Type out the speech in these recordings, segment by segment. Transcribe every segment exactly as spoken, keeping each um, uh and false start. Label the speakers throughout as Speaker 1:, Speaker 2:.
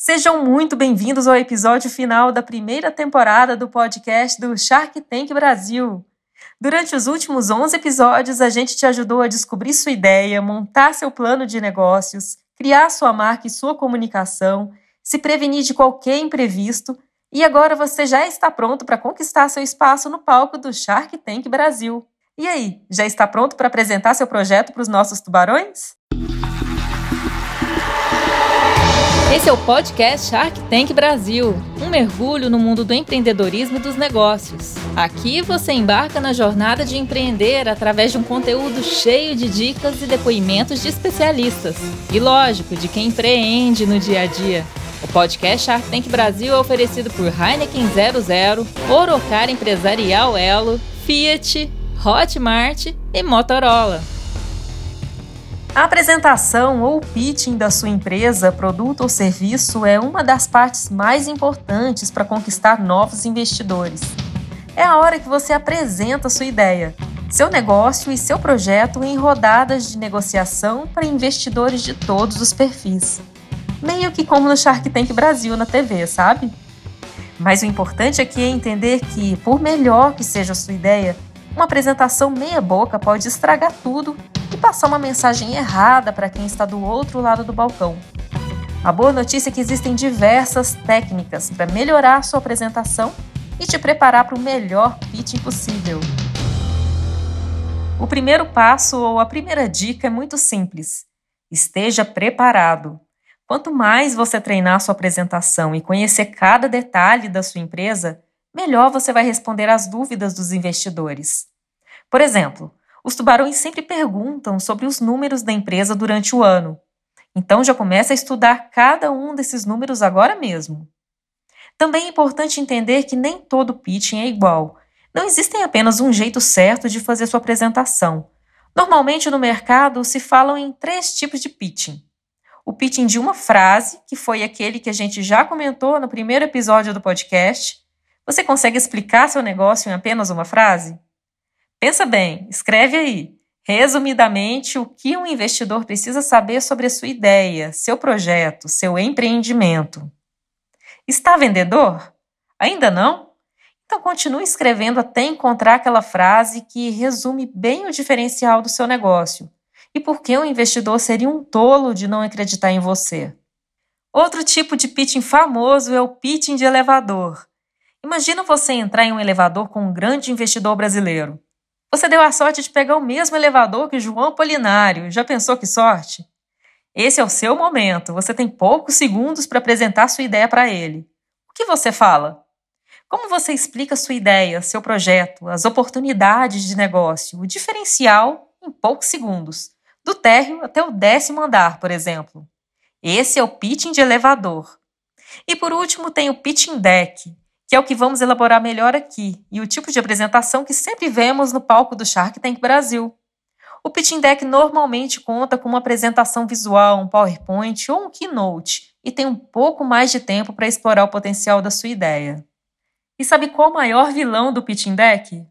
Speaker 1: Sejam muito bem-vindos ao episódio final da primeira temporada do podcast do Shark Tank Brasil. Durante os últimos onze episódios, a gente te ajudou a descobrir sua ideia, montar seu plano de negócios, criar sua marca e sua comunicação, se prevenir de qualquer imprevisto, e agora você já está pronto para conquistar seu espaço no palco do Shark Tank Brasil. E aí, já está pronto para apresentar seu projeto para os nossos tubarões? Esse é o podcast Shark Tank Brasil, um mergulho no mundo do empreendedorismo e dos negócios. Aqui você embarca na jornada de empreender através de um conteúdo cheio de dicas e depoimentos de especialistas. E lógico, de quem empreende no dia a dia. O podcast Shark Tank Brasil é oferecido por Heineken zero zero, Orocar Empresarial Elo, Fiat, Hotmart e Motorola. A apresentação ou pitching da sua empresa, produto ou serviço é uma das partes mais importantes para conquistar novos investidores. É a hora que você apresenta sua ideia, seu negócio e seu projeto em rodadas de negociação para investidores de todos os perfis. Meio que como no Shark Tank Brasil na T V, sabe? Mas o importante aqui é entender que, por melhor que seja a sua ideia, uma apresentação meia boca pode estragar tudo e passar uma mensagem errada para quem está do outro lado do balcão. A boa notícia é que existem diversas técnicas para melhorar a sua apresentação e te preparar para o melhor pitching possível. O primeiro passo ou a primeira dica é muito simples. Esteja preparado. Quanto mais você treinar a sua apresentação e conhecer cada detalhe da sua empresa, melhor você vai responder às dúvidas dos investidores. Por exemplo, os tubarões sempre perguntam sobre os números da empresa durante o ano. Então já começa a estudar cada um desses números agora mesmo. Também é importante entender que nem todo pitching é igual. Não existem apenas um jeito certo de fazer sua apresentação. Normalmente no mercado se falam em três tipos de pitching. O pitching de uma frase, que foi aquele que a gente já comentou no primeiro episódio do podcast. Você consegue explicar seu negócio em apenas uma frase? Pensa bem, escreve aí, resumidamente, o que um investidor precisa saber sobre a sua ideia, seu projeto, seu empreendimento. Está vendedor? Ainda não? Então continue escrevendo até encontrar aquela frase que resume bem o diferencial do seu negócio e por que um investidor seria um tolo de não acreditar em você. Outro tipo de pitching famoso é o pitching de elevador. Imagina você entrar em um elevador com um grande investidor brasileiro. Você deu a sorte de pegar o mesmo elevador que João Apolinário. Já pensou que sorte? Esse é o seu momento. Você tem poucos segundos para apresentar sua ideia para ele. O que você fala? Como você explica sua ideia, seu projeto, as oportunidades de negócio, o diferencial em poucos segundos? Do térreo até o décimo andar, por exemplo. Esse é o pitching de elevador. E por último tem o pitching deck, que é o que vamos elaborar melhor aqui, e o tipo de apresentação que sempre vemos no palco do Shark Tank Brasil. O pitching deck normalmente conta com uma apresentação visual, um PowerPoint ou um Keynote, e tem um pouco mais de tempo para explorar o potencial da sua ideia. E sabe qual o maior vilão do pitching deck?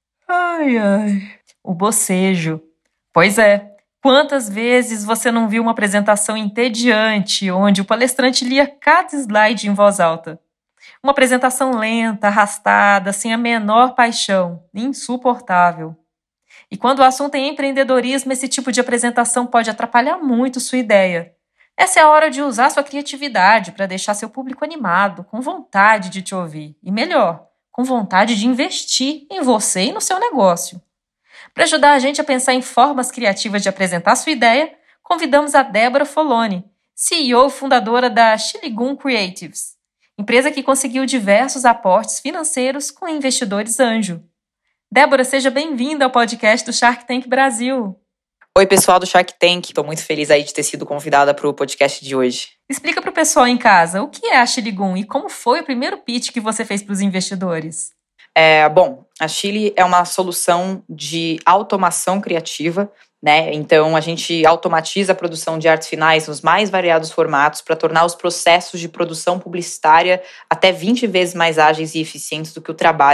Speaker 1: Ai, ai. O bocejo. Pois é. Quantas vezes você não viu uma apresentação entediante, onde o palestrante lia cada slide em voz alta? Uma apresentação lenta, arrastada, sem a menor paixão, insuportável. E quando o assunto é empreendedorismo, esse tipo de apresentação pode atrapalhar muito sua ideia. Essa é a hora de usar sua criatividade para deixar seu público animado, com vontade de te ouvir. E melhor, com vontade de investir em você e no seu negócio. Para ajudar a gente a pensar em formas criativas de apresentar sua ideia, convidamos a Débora Foloni, C E O e fundadora da Shiligun Creatives, empresa que conseguiu diversos aportes financeiros com investidores anjo. Débora, seja bem-vinda ao podcast do Shark Tank Brasil.
Speaker 2: Oi, pessoal do Shark Tank. Estou muito feliz aí de ter sido convidada para o podcast de hoje.
Speaker 1: Explica para o pessoal em casa o que é a Shiligun e como foi o primeiro pitch que você fez para os investidores.
Speaker 2: É, bom, a Chili é uma solução de automação criativa, né? Então, a gente automatiza a produção de artes finais nos mais variados formatos para tornar os processos de produção publicitária até vinte vezes mais ágeis e eficientes do que o trabalho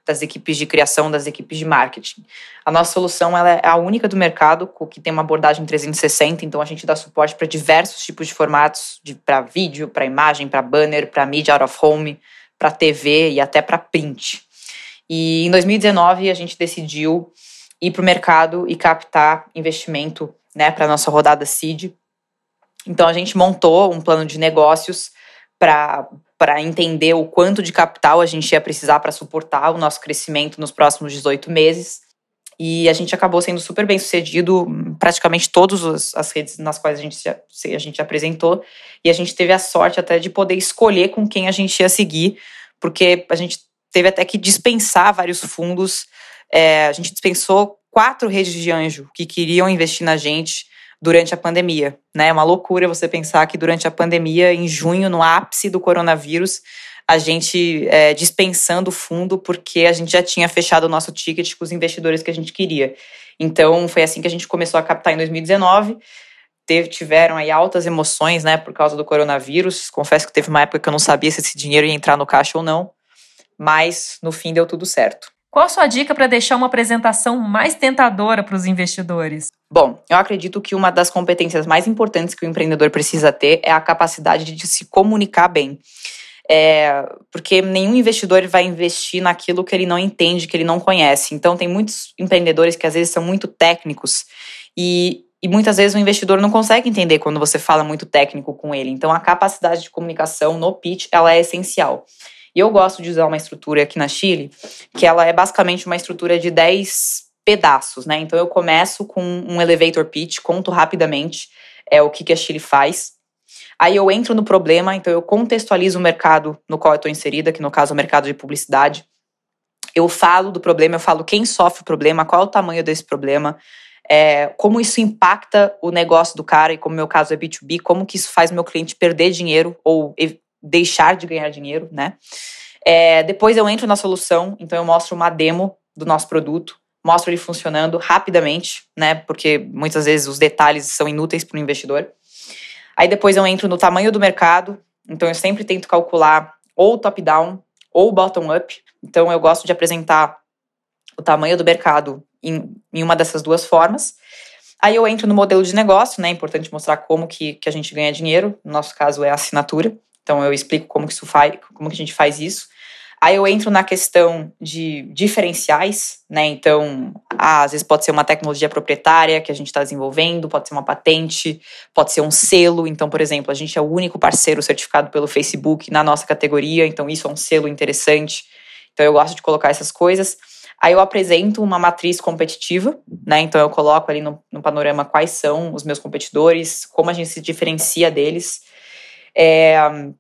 Speaker 2: das equipes de criação, das equipes de marketing. A nossa solução ela é a única do mercado que tem uma abordagem trezentos e sessenta, então a gente dá suporte para diversos tipos de formatos, para vídeo, para imagem, para banner, para mídia out of home, para T V e até para print. E em dois mil e dezenove a gente decidiu ir para o mercado e captar investimento, né, para a nossa rodada Seed. Então a gente montou um plano de negócios para para entender o quanto de capital a gente ia precisar para suportar o nosso crescimento nos próximos dezoito meses. E a gente acabou sendo super bem sucedido, praticamente todas as redes nas quais a gente, a gente apresentou. E a gente teve a sorte até de poder escolher com quem a gente ia seguir, porque a gente teve até que dispensar vários fundos. É, a gente dispensou quatro redes de anjo que queriam investir na gente durante a pandemia, né? É uma loucura você pensar que durante a pandemia, em junho, no ápice do coronavírus, a gente é, dispensando o fundo porque a gente já tinha fechado o nosso ticket com os investidores que a gente queria. Então, foi assim que a gente começou a captar em dois mil e dezenove. Teve, tiveram aí altas emoções, né, por causa do coronavírus. Confesso que teve uma época que eu não sabia se esse dinheiro ia entrar no caixa ou não, mas no fim deu tudo certo.
Speaker 1: Qual a sua dica para deixar uma apresentação mais tentadora para os investidores?
Speaker 2: Bom, eu acredito que uma das competências mais importantes que o empreendedor precisa ter é a capacidade de se comunicar bem. É, porque nenhum investidor vai investir naquilo que ele não entende, que ele não conhece. Então, tem muitos empreendedores que às vezes são muito técnicos e, e muitas vezes o investidor não consegue entender quando você fala muito técnico com ele. Então, a capacidade de comunicação no pitch, ela é essencial. E eu gosto de usar uma estrutura aqui na Chile, que ela é basicamente uma estrutura de dez pedaços, né? Então, eu começo com um elevator pitch, conto rapidamente é, o que, que a Chile faz. Aí eu entro no problema, então eu contextualizo o mercado no qual eu estou inserida, que no caso é o mercado de publicidade. Eu falo do problema, eu falo quem sofre o problema, qual é o tamanho desse problema, é, como isso impacta o negócio do cara, e como no meu caso é B dois B, como que isso faz o meu cliente perder dinheiro ou deixar de ganhar dinheiro, né? É, depois eu entro na solução, então eu mostro uma demo do nosso produto, mostro ele funcionando rapidamente, né? Porque muitas vezes os detalhes são inúteis para o investidor. Aí depois eu entro no tamanho do mercado, então eu sempre tento calcular ou top-down ou bottom-up. Então eu gosto de apresentar o tamanho do mercado em, em uma dessas duas formas. Aí eu entro no modelo de negócio, né? É importante mostrar como que, que a gente ganha dinheiro. No nosso caso é a assinatura. Então eu explico como que, isso faz, como que a gente faz isso. Aí eu entro na questão de diferenciais, né? Então, ah, às vezes pode ser uma tecnologia proprietária que a gente está desenvolvendo, pode ser uma patente, pode ser um selo. Então, por exemplo, a gente é o único parceiro certificado pelo Facebook na nossa categoria, então isso é um selo interessante. Então, eu gosto de colocar essas coisas. Aí eu apresento uma matriz competitiva, né? Então, eu coloco ali no, no panorama quais são os meus competidores, como a gente se diferencia deles. É,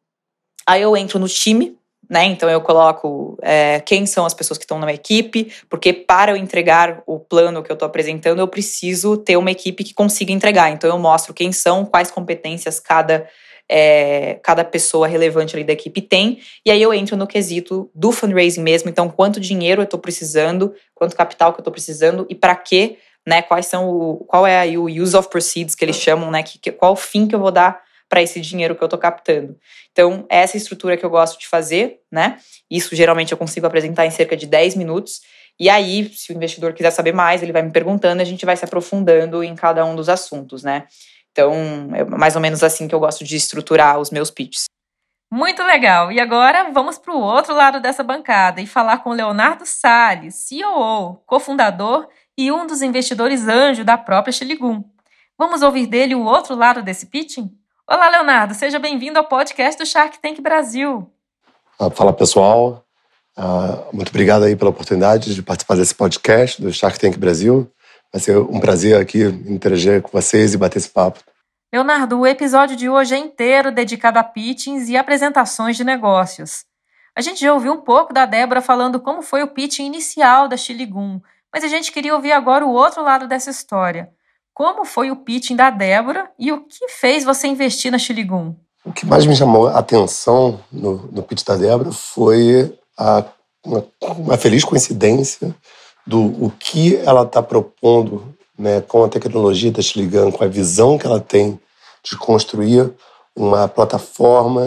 Speaker 2: aí eu entro no time, né? Então eu coloco é, quem são as pessoas que estão na minha equipe, porque para eu entregar o plano que eu estou apresentando, eu preciso ter uma equipe que consiga entregar. Então eu mostro quem são, quais competências cada, é, cada pessoa relevante ali da equipe tem, e aí eu entro no quesito do fundraising mesmo. Então quanto dinheiro eu estou precisando, quanto capital que eu estou precisando e para quê, né? Quais são o, qual é aí o use of proceeds que eles chamam, né? Que, que, qual o fim que eu vou dar para esse dinheiro que eu estou captando. Então, essa é a estrutura que eu gosto de fazer, né? Isso, geralmente, eu consigo apresentar em cerca de dez minutos. E aí, se o investidor quiser saber mais, ele vai me perguntando e a gente vai se aprofundando em cada um dos assuntos, né? Então, é mais ou menos assim que eu gosto de estruturar os meus pitches.
Speaker 1: Muito legal. E agora, vamos para o outro lado dessa bancada e falar com o Leonardo Salles, C E O, cofundador e um dos investidores anjo da própria Chiligum. Vamos ouvir dele o outro lado desse pitching? Olá, Leonardo, seja bem-vindo ao podcast do Shark Tank Brasil.
Speaker 3: Fala, pessoal. Uh, muito obrigado aí pela oportunidade de participar desse podcast do Shark Tank Brasil. Vai ser um prazer aqui interagir com vocês e bater esse papo.
Speaker 1: Leonardo, o episódio de hoje é inteiro dedicado a pitchings e apresentações de negócios. A gente já ouviu um pouco da Débora falando como foi o pitching inicial da Chiligum, mas a gente queria ouvir agora o outro lado dessa história. Como foi o pitching da Débora e o que fez você investir na Chiligum?
Speaker 3: O que mais me chamou a atenção no, no pitch da Débora foi a, uma, uma feliz coincidência do o que ela está propondo, né, com a tecnologia da Chiligum, com a visão que ela tem de construir uma plataforma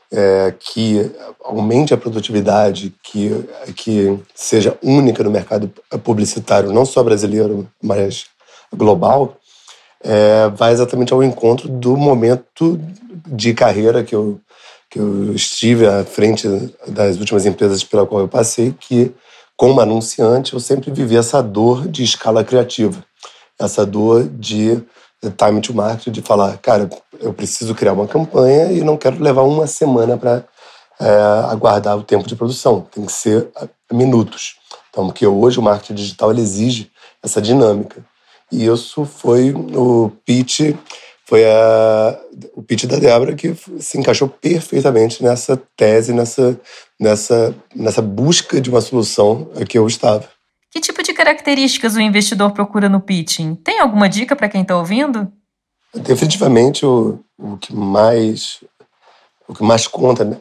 Speaker 3: é, que aumente a produtividade, que, que seja única no mercado publicitário, não só brasileiro, mas global, é, vai exatamente ao encontro do momento de carreira que eu, que eu estive à frente das últimas empresas pela qual eu passei, que, como anunciante, eu sempre vivi essa dor de escala criativa, essa dor de time to market, de falar, cara, eu preciso criar uma campanha e não quero levar uma semana para é, aguardar o tempo de produção. Tem que ser minutos. Então, porque hoje o marketing digital ele exige essa dinâmica. E isso foi o pitch, foi a, o pitch da Débora que se encaixou perfeitamente nessa tese, nessa, nessa, nessa busca de uma solução a que eu estava.
Speaker 1: Que tipo de características o investidor procura no pitching? Tem alguma dica para quem está ouvindo?
Speaker 3: Definitivamente o, o, que mais, o que mais conta, né,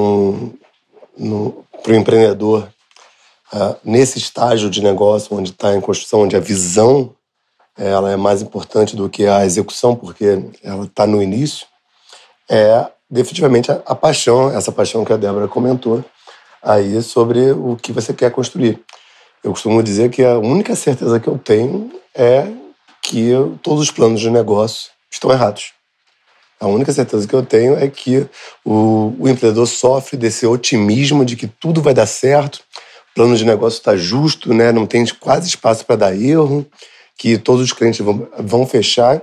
Speaker 3: para o empreendedor uh, nesse estágio de negócio onde está em construção, onde a visão ela é mais importante do que a execução, porque ela está no início, é definitivamente a, a paixão, essa paixão que a Débora comentou aí sobre o que você quer construir. Eu costumo dizer que a única certeza que eu tenho é que eu, todos os planos de negócio estão errados. A única certeza que eu tenho é que o, o empreendedor sofre desse otimismo de que tudo vai dar certo, o plano de negócio está justo, né? Não tem quase espaço para dar erro, que todos os clientes vão, vão fechar.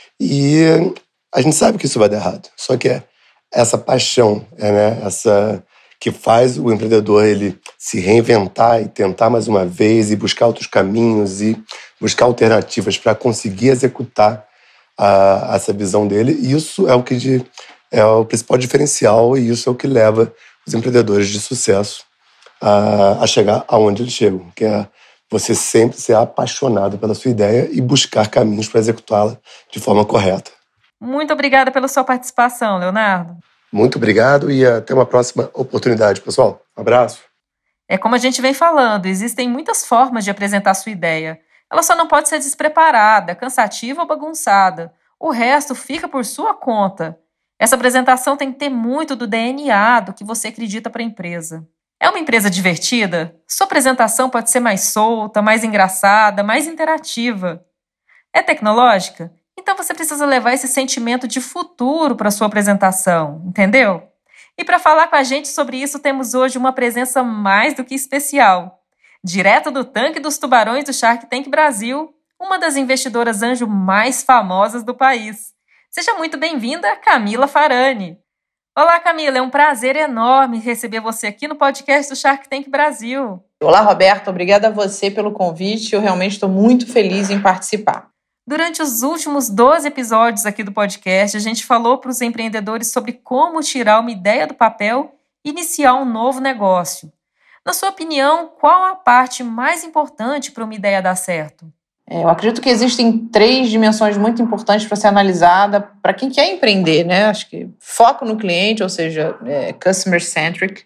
Speaker 3: E a gente sabe que isso vai dar errado. Só que é essa paixão, é, né? essa... que faz o empreendedor ele se reinventar e tentar mais uma vez e buscar outros caminhos e buscar alternativas para conseguir executar a, essa visão dele. E isso é o que de, é o principal diferencial e isso é o que leva os empreendedores de sucesso a, a chegar aonde eles chegam, que é você sempre ser apaixonado pela sua ideia e buscar caminhos para executá-la de forma correta.
Speaker 1: Muito obrigada pela sua participação, Leonardo.
Speaker 3: Muito obrigado e até uma próxima oportunidade, pessoal. Um abraço.
Speaker 1: É como a gente vem falando, existem muitas formas de apresentar sua ideia. Ela só não pode ser despreparada, cansativa ou bagunçada. O resto fica por sua conta. Essa apresentação tem que ter muito do D N A do que você acredita para a empresa. É uma empresa divertida? Sua apresentação pode ser mais solta, mais engraçada, mais interativa. É tecnológica? Então você precisa levar esse sentimento de futuro para sua apresentação, entendeu? E para falar com a gente sobre isso, temos hoje uma presença mais do que especial. Direto do tanque dos tubarões do Shark Tank Brasil, uma das investidoras anjo mais famosas do país. Seja muito bem-vinda, Camila Farani. Olá, Camila, é um prazer enorme receber você aqui no podcast do Shark Tank Brasil.
Speaker 4: Olá, Roberta, obrigada a você pelo convite, eu realmente estou muito feliz em participar.
Speaker 1: Durante os últimos doze episódios aqui do podcast, a gente falou para os empreendedores sobre como tirar uma ideia do papel e iniciar um novo negócio. Na sua opinião, qual a parte mais importante para uma ideia dar certo?
Speaker 4: É, eu acredito que existem três dimensões muito importantes para ser analisada para quem quer empreender, né? Acho que foco no cliente, ou seja, é, customer-centric,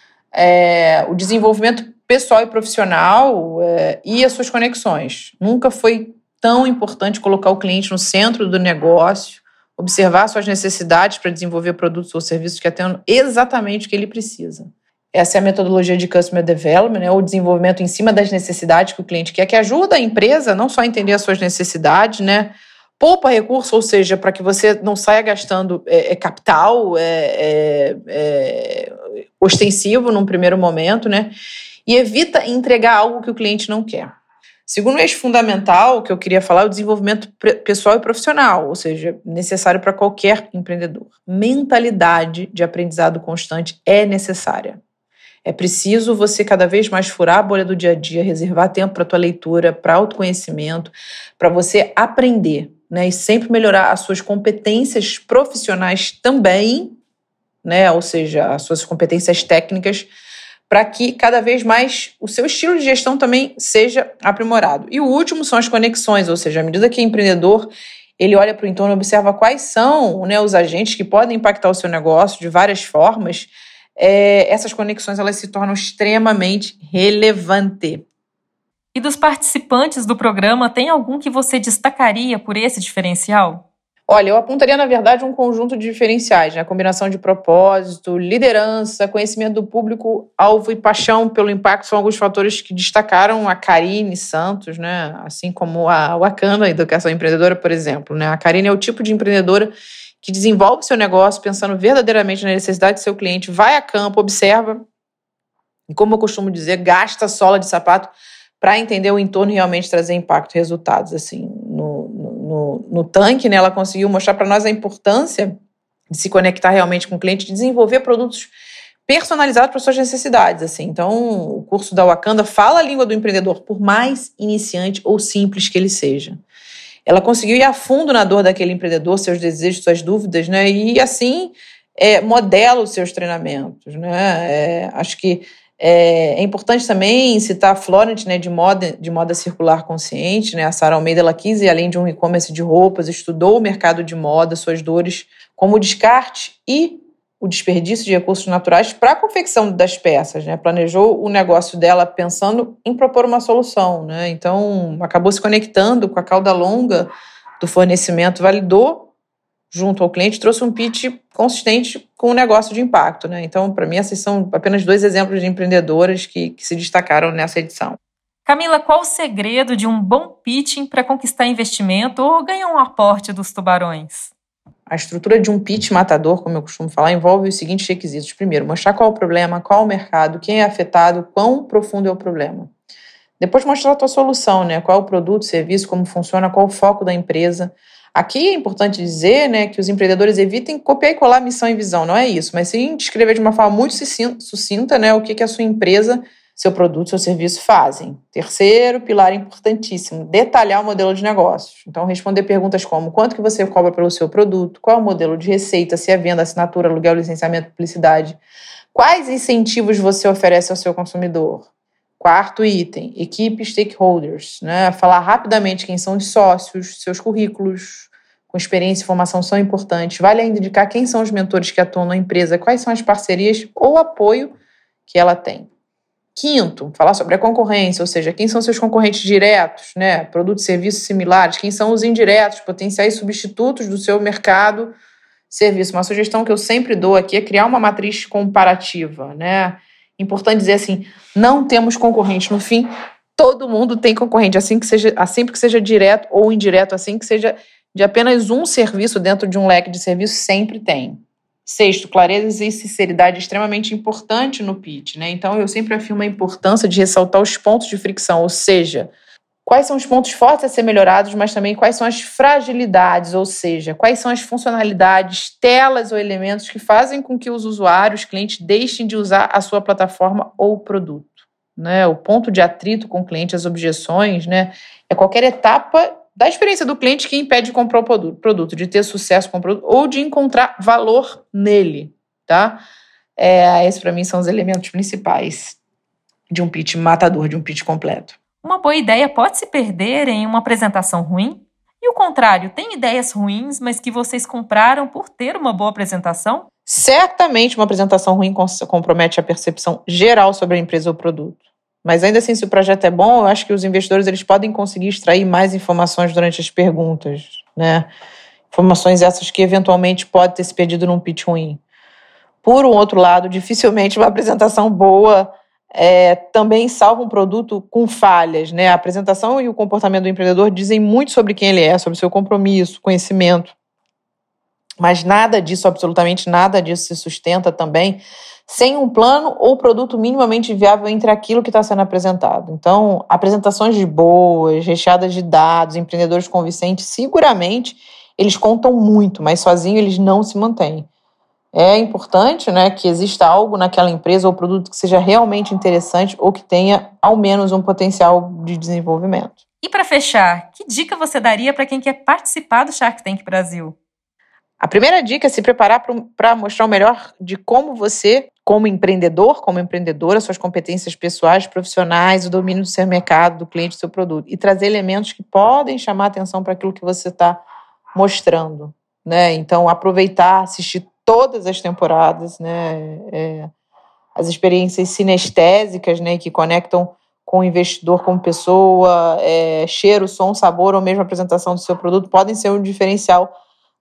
Speaker 4: é, o desenvolvimento pessoal e profissional é, e as suas conexões. Nunca foi tão importante colocar o cliente no centro do negócio, observar suas necessidades para desenvolver produtos ou serviços que atendam exatamente o que ele precisa. Essa é a metodologia de Customer Development, né, o desenvolvimento em cima das necessidades que o cliente quer, que ajuda a empresa não só a entender as suas necessidades, né, poupa recurso, ou seja, para que você não saia gastando é, é, capital é, é, é, ostensivo num primeiro momento, né, e evita entregar algo que o cliente não quer. Segundo eixo fundamental que eu queria falar é o desenvolvimento pessoal e profissional, ou seja, necessário para qualquer empreendedor. Mentalidade de aprendizado constante é necessária. É preciso você cada vez mais furar a bolha do dia a dia, reservar tempo para a tua leitura, para autoconhecimento, para você aprender, né, e sempre melhorar as suas competências profissionais também, né, ou seja, as suas competências técnicas, para que cada vez mais o seu estilo de gestão também seja aprimorado. E o último são as conexões, ou seja, à medida que o empreendedor ele olha para o entorno e observa quais são, né, os agentes que podem impactar o seu negócio de várias formas, é, essas conexões elas se tornam extremamente relevantes.
Speaker 1: E dos participantes do programa, tem algum que você destacaria por esse diferencial?
Speaker 4: Olha, eu apontaria, na verdade, um conjunto de diferenciais, né? A combinação de propósito, liderança, conhecimento do público, alvo e paixão pelo impacto são alguns fatores que destacaram a Karine Santos, né? Assim como a Wakanda, a Educação Empreendedora, por exemplo, né? A Karine é o tipo de empreendedora que desenvolve seu negócio pensando verdadeiramente na necessidade do seu cliente, vai a campo, observa e, como eu costumo dizer, gasta a sola de sapato para entender o entorno e realmente trazer impacto e resultados. Assim, no, no, no tanque, né, ela conseguiu mostrar para nós a importância de se conectar realmente com o cliente, de desenvolver produtos personalizados para suas necessidades. Assim. Então, o curso da Wakanda fala a língua do empreendedor, por mais iniciante ou simples que ele seja. Ela conseguiu ir a fundo na dor daquele empreendedor, seus desejos, suas dúvidas, né, e assim é, modela os seus treinamentos. Né? É, acho que É, é importante também citar a Florent, né, de, moda, de moda circular consciente, né, a Sara Almeida, ela quis, e além de um e-commerce de roupas, estudou o mercado de moda, suas dores, como o descarte e o desperdício de recursos naturais para a confecção das peças, né, planejou o negócio dela pensando em propor uma solução, né, então acabou se conectando com a cauda longa do fornecimento, validou junto ao cliente, trouxe um pitch consistente com um negócio de impacto, né? Então, para mim, esses são apenas dois exemplos de empreendedoras que, que se destacaram nessa edição.
Speaker 1: Camila, qual o segredo de um bom pitching para conquistar investimento ou ganhar um aporte dos tubarões?
Speaker 4: A estrutura de um pitch matador, como eu costumo falar, envolve os seguintes requisitos. Primeiro, mostrar qual é o problema, qual o mercado, quem é afetado, quão profundo é o problema. Depois, mostrar a tua solução, né? Qual é o produto, serviço, como funciona, qual é o foco da empresa. Aqui é importante dizer, né, que os empreendedores evitem copiar e colar missão e visão, não é isso, mas sim descrever de uma forma muito sucinta, né, o que, que a sua empresa, seu produto, seu serviço fazem. Terceiro pilar importantíssimo, detalhar o modelo de negócios. Então, responder perguntas como quanto que você cobra pelo seu produto, qual é o modelo de receita, se é venda, assinatura, aluguel, licenciamento, publicidade, quais incentivos você oferece ao seu consumidor. Quarto item, equipe stakeholders, né? Falar rapidamente quem são os sócios, seus currículos, com experiência e formação são importantes. Vale ainda indicar quem são os mentores que atuam na empresa, quais são as parcerias ou apoio que ela tem. Quinto, falar sobre a concorrência, ou seja, quem são seus concorrentes diretos, né? Produtos e serviços similares, quem são os indiretos, potenciais substitutos do seu mercado, serviço. Uma sugestão que eu sempre dou aqui é criar uma matriz comparativa, né? Importante dizer assim, não temos concorrente. No fim, todo mundo tem concorrente, assim que seja, assim que seja direto ou indireto, assim que seja de apenas um serviço dentro de um leque de serviços, sempre tem. Sexto, clareza e sinceridade é extremamente importante no pitch, né? Então, eu sempre afirmo a importância de ressaltar os pontos de fricção, ou seja, quais são os pontos fortes a ser melhorados, mas também quais são as fragilidades, ou seja, quais são as funcionalidades, telas ou elementos que fazem com que os usuários, clientes, deixem de usar a sua plataforma ou produto. Né? O ponto de atrito com o cliente, as objeções, né? É qualquer etapa da experiência do cliente que impede de comprar o produto, de ter sucesso com o produto ou de encontrar valor nele. Tá? É, esses, para mim, são os elementos principais de um pitch matador, de um pitch completo.
Speaker 1: Uma boa ideia pode se perder em uma apresentação ruim? E o contrário, tem ideias ruins, mas que vocês compraram por ter uma boa apresentação?
Speaker 4: Certamente uma apresentação ruim compromete a percepção geral sobre a empresa ou produto. Mas ainda assim, se o projeto é bom, eu acho que os investidores eles podem conseguir extrair mais informações durante as perguntas, né? Informações essas que eventualmente podem ter se perdido num pitch ruim. Por um outro lado, dificilmente uma apresentação boa É, também salva um produto com falhas, né? A apresentação e o comportamento do empreendedor dizem muito sobre quem ele é, sobre seu compromisso, conhecimento. Mas nada disso, absolutamente nada disso se sustenta também sem um plano ou produto minimamente viável entre aquilo que está sendo apresentado. Então, apresentações de boas, recheadas de dados, empreendedores convincentes, seguramente eles contam muito, mas sozinhos eles não se mantêm. É importante, né, que exista algo naquela empresa ou produto que seja realmente interessante ou que tenha, ao menos, um potencial de desenvolvimento.
Speaker 1: E para fechar, que dica você daria para quem quer participar do Shark Tank Brasil?
Speaker 4: A primeira dica é se preparar para mostrar o melhor de como você, como empreendedor, como empreendedora, suas competências pessoais, profissionais, o domínio do seu mercado, do cliente, do seu produto. E trazer elementos que podem chamar a atenção para aquilo que você está mostrando. Né? Então, aproveitar, assistir todas as temporadas, né? É, as experiências sinestésicas, né? Que conectam com o investidor como pessoa, é, cheiro, som, sabor ou mesmo apresentação do seu produto podem ser um diferencial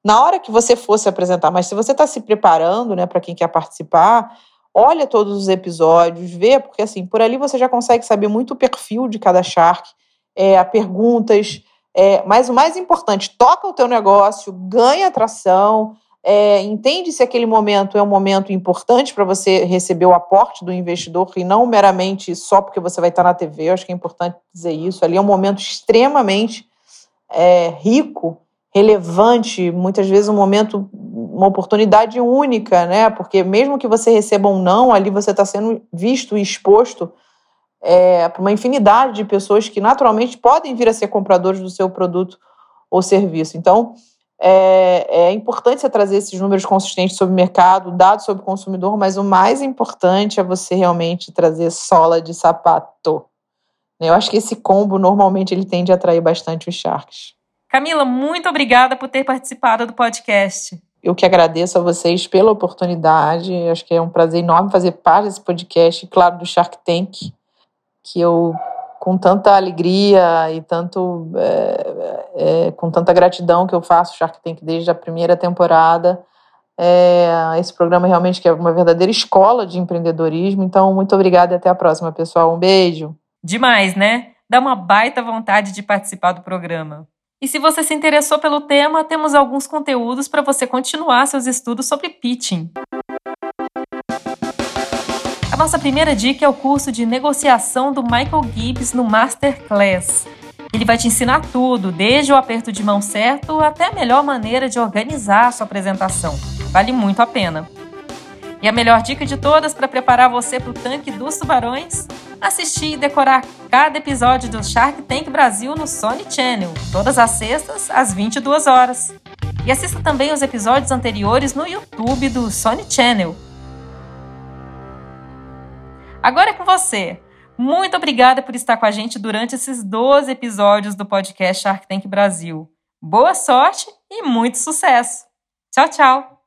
Speaker 4: na hora que você for se apresentar, mas se você está se preparando, né, para quem quer participar, olha todos os episódios, vê, porque assim, por ali você já consegue saber muito o perfil de cada Shark, é, perguntas, é, mas o mais importante, toca o teu negócio, ganha atração, é, entende se aquele momento é um momento importante para você receber o aporte do investidor e não meramente só porque você vai estar na T V. Eu acho que é importante dizer isso. Ali é um momento extremamente é, rico, relevante, muitas vezes um momento, uma oportunidade única, né? Porque mesmo que você receba um não, ali você está sendo visto e exposto é, para uma infinidade de pessoas que naturalmente podem vir a ser compradores do seu produto ou serviço. Então, é, é importante você trazer esses números consistentes sobre o mercado, dados sobre o consumidor, mas o mais importante é você realmente trazer sola de sapato. Eu acho que esse combo, normalmente, ele tende a atrair bastante os Sharks.
Speaker 1: Camila, muito obrigada por ter participado do podcast.
Speaker 4: Eu que agradeço a vocês pela oportunidade. Acho que é um prazer enorme fazer parte desse podcast, claro, do Shark Tank, que eu, com tanta alegria e tanto, é, é, com tanta gratidão que eu faço o Shark Tank desde a primeira temporada. É, esse programa realmente que é uma verdadeira escola de empreendedorismo. Então, muito obrigada e até a próxima, pessoal. Um beijo.
Speaker 1: Demais, né? Dá uma baita vontade de participar do programa. E se você se interessou pelo tema, temos alguns conteúdos para você continuar seus estudos sobre pitching. A nossa primeira dica é o curso de negociação do Michael Gibbs no Masterclass. Ele vai te ensinar tudo, desde o aperto de mão certo até a melhor maneira de organizar a sua apresentação. Vale muito a pena. E a melhor dica de todas para preparar você para o tanque dos tubarões? Assistir e decorar cada episódio do Shark Tank Brasil no Sony Channel, todas as sextas, às vinte e duas horas. E assista também os episódios anteriores no YouTube do Sony Channel. Agora é com você. Muito obrigada por estar com a gente durante esses doze episódios do podcast Shark Tank Brasil. Boa sorte e muito sucesso! Tchau, tchau!